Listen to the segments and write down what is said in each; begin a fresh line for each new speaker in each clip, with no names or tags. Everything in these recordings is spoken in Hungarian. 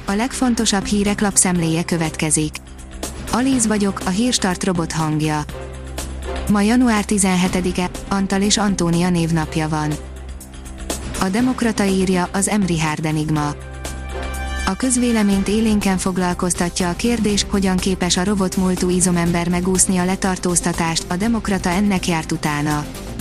A legfontosabb hírek lapszemléje következik. Alíz vagyok, a Hírstart robot hangja. Ma január 17-e, Antal és Antónia névnapja van. A Demokrata írja, az Emrihárd enigma. A közvéleményt élénken foglalkoztatja a kérdés, hogyan képes a robotmúltú izomember megúszni a letartóztatást, a Demokrata ennek járt utána.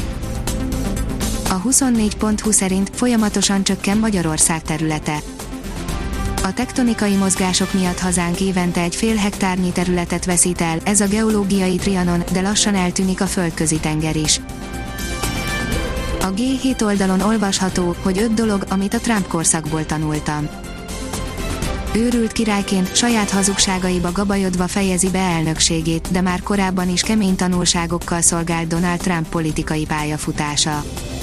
A 24.hu szerint folyamatosan csökken Magyarország területe. A tektonikai mozgások miatt hazánk évente egy fél hektárnyi területet veszít el, ez a geológiai trianon, de lassan eltűnik a földközi tenger is. A G7 oldalon olvasható, hogy 5 dolog, amit a Trump korszakból tanultam. Őrült királyként, saját hazugságaiba gabajodva fejezi be elnökségét, de már korábban is kemény tanulságokkal szolgált Donald Trump politikai pályafutása.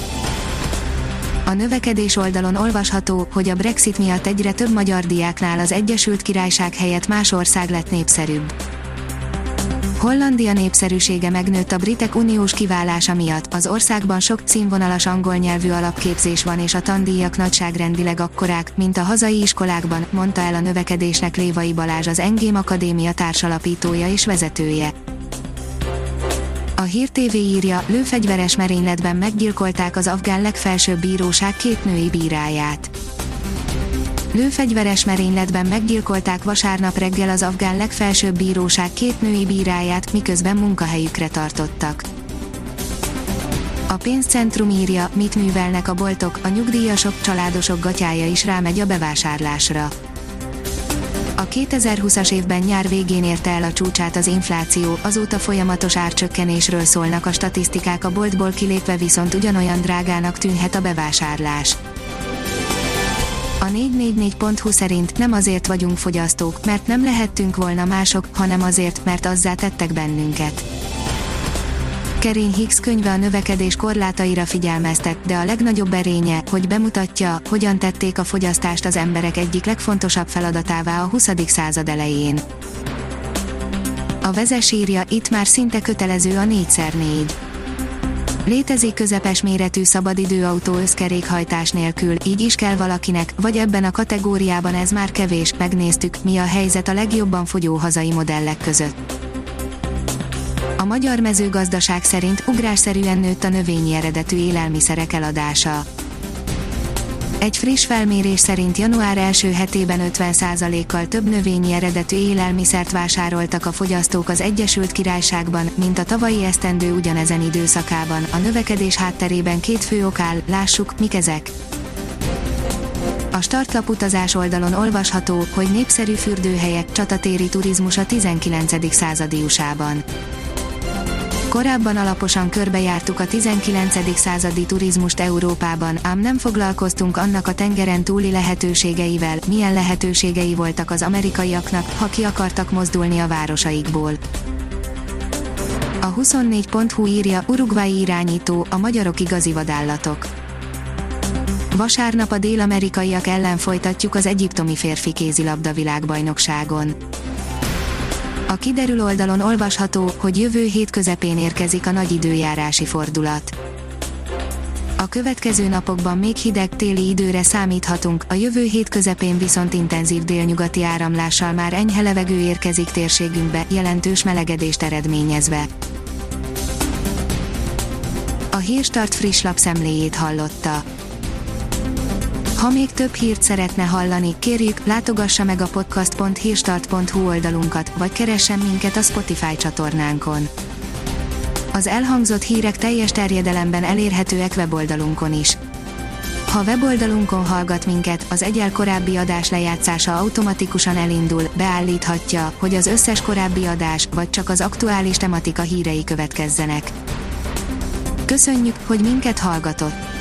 A növekedés oldalon olvasható, hogy a Brexit miatt egyre több magyar diáknál az Egyesült Királyság helyett más ország lett népszerűbb. Hollandia népszerűsége megnőtt a britek uniós kiválása miatt, az országban sok színvonalas angol nyelvű alapképzés van és a tandíjak nagyságrendileg akkorák, mint a hazai iskolákban, mondta el a növekedésnek Lévai Balázs, az Engém Akadémia társalapítója és vezetője. A Hír TV írja, lőfegyveres merényletben meggyilkolták az afgán legfelsőbb bíróság 2 női bíráját. Lőfegyveres merényletben meggyilkolták vasárnap reggel az afgán legfelsőbb bíróság 2 női bíráját, miközben munkahelyükre tartottak. A Pénzcentrum írja, mit művelnek a boltok, a nyugdíjasok, családosok gatyája is rámegy a bevásárlásra. A 2020-as évben nyár végén érte el a csúcsát az infláció, azóta folyamatos árcsökkenésről szólnak a statisztikák, a boltból kilépve viszont ugyanolyan drágának tűnhet a bevásárlás. A 444.hu szerint nem azért vagyunk fogyasztók, mert nem lehettünk volna mások, hanem azért, mert azzá tettek bennünket. Kering Hicks könyve a növekedés korlátaira figyelmeztet, de a legnagyobb erénye, hogy bemutatja, hogyan tették a fogyasztást az emberek egyik legfontosabb feladatává a 20. század elején. A Vezes írja, itt már szinte kötelező a 4x4. Létezik közepes méretű szabadidőautó összkerékhajtás nélkül, így is kell valakinek, vagy ebben a kategóriában ez már kevés, megnéztük, mi a helyzet a legjobban fogyó hazai modellek között. A Magyar Mezőgazdaság szerint ugrásszerűen nőtt a növényi eredetű élelmiszerek eladása. Egy friss felmérés szerint január első hetében 50%-kal több növényi eredetű élelmiszert vásároltak a fogyasztók az Egyesült Királyságban, mint a tavalyi esztendő ugyanezen időszakában. A növekedés hátterében 2 fő ok áll, lássuk, mik ezek. A Startlap utazás oldalon olvasható, hogy népszerű fürdőhelyek, csatatéri turizmus a 19. századi USA-ban. Korábban alaposan körbejártuk a 19. századi turizmust Európában, ám nem foglalkoztunk annak a tengeren túli lehetőségeivel, milyen lehetőségei voltak az amerikaiaknak, ha ki akartak mozdulni a városaikból. A 24.hu írja, uruguayi irányító, a magyarok igazi vadállatok. Vasárnap a dél-amerikaiak ellen folytatjuk az egyiptomi férfi kézilabda világbajnokságon. A Kiderül oldalon olvasható, hogy jövő hét közepén érkezik a nagy időjárási fordulat. A következő napokban még hideg téli időre számíthatunk, a jövő hét közepén viszont intenzív délnyugati áramlással már enyhe levegő érkezik térségünkbe, jelentős melegedést eredményezve. A Hírstart friss lapszemléjét hallotta. Ha még több hírt szeretne hallani, kérjük, látogassa meg a podcast.hírstart.hu oldalunkat, vagy keressen minket a Spotify csatornánkon. Az elhangzott hírek teljes terjedelemben elérhetőek weboldalunkon is. Ha weboldalunkon hallgat minket, az egyel korábbi adás lejátszása automatikusan elindul, beállíthatja, hogy az összes korábbi adás, vagy csak az aktuális tematika hírei következzenek. Köszönjük, hogy minket hallgatott!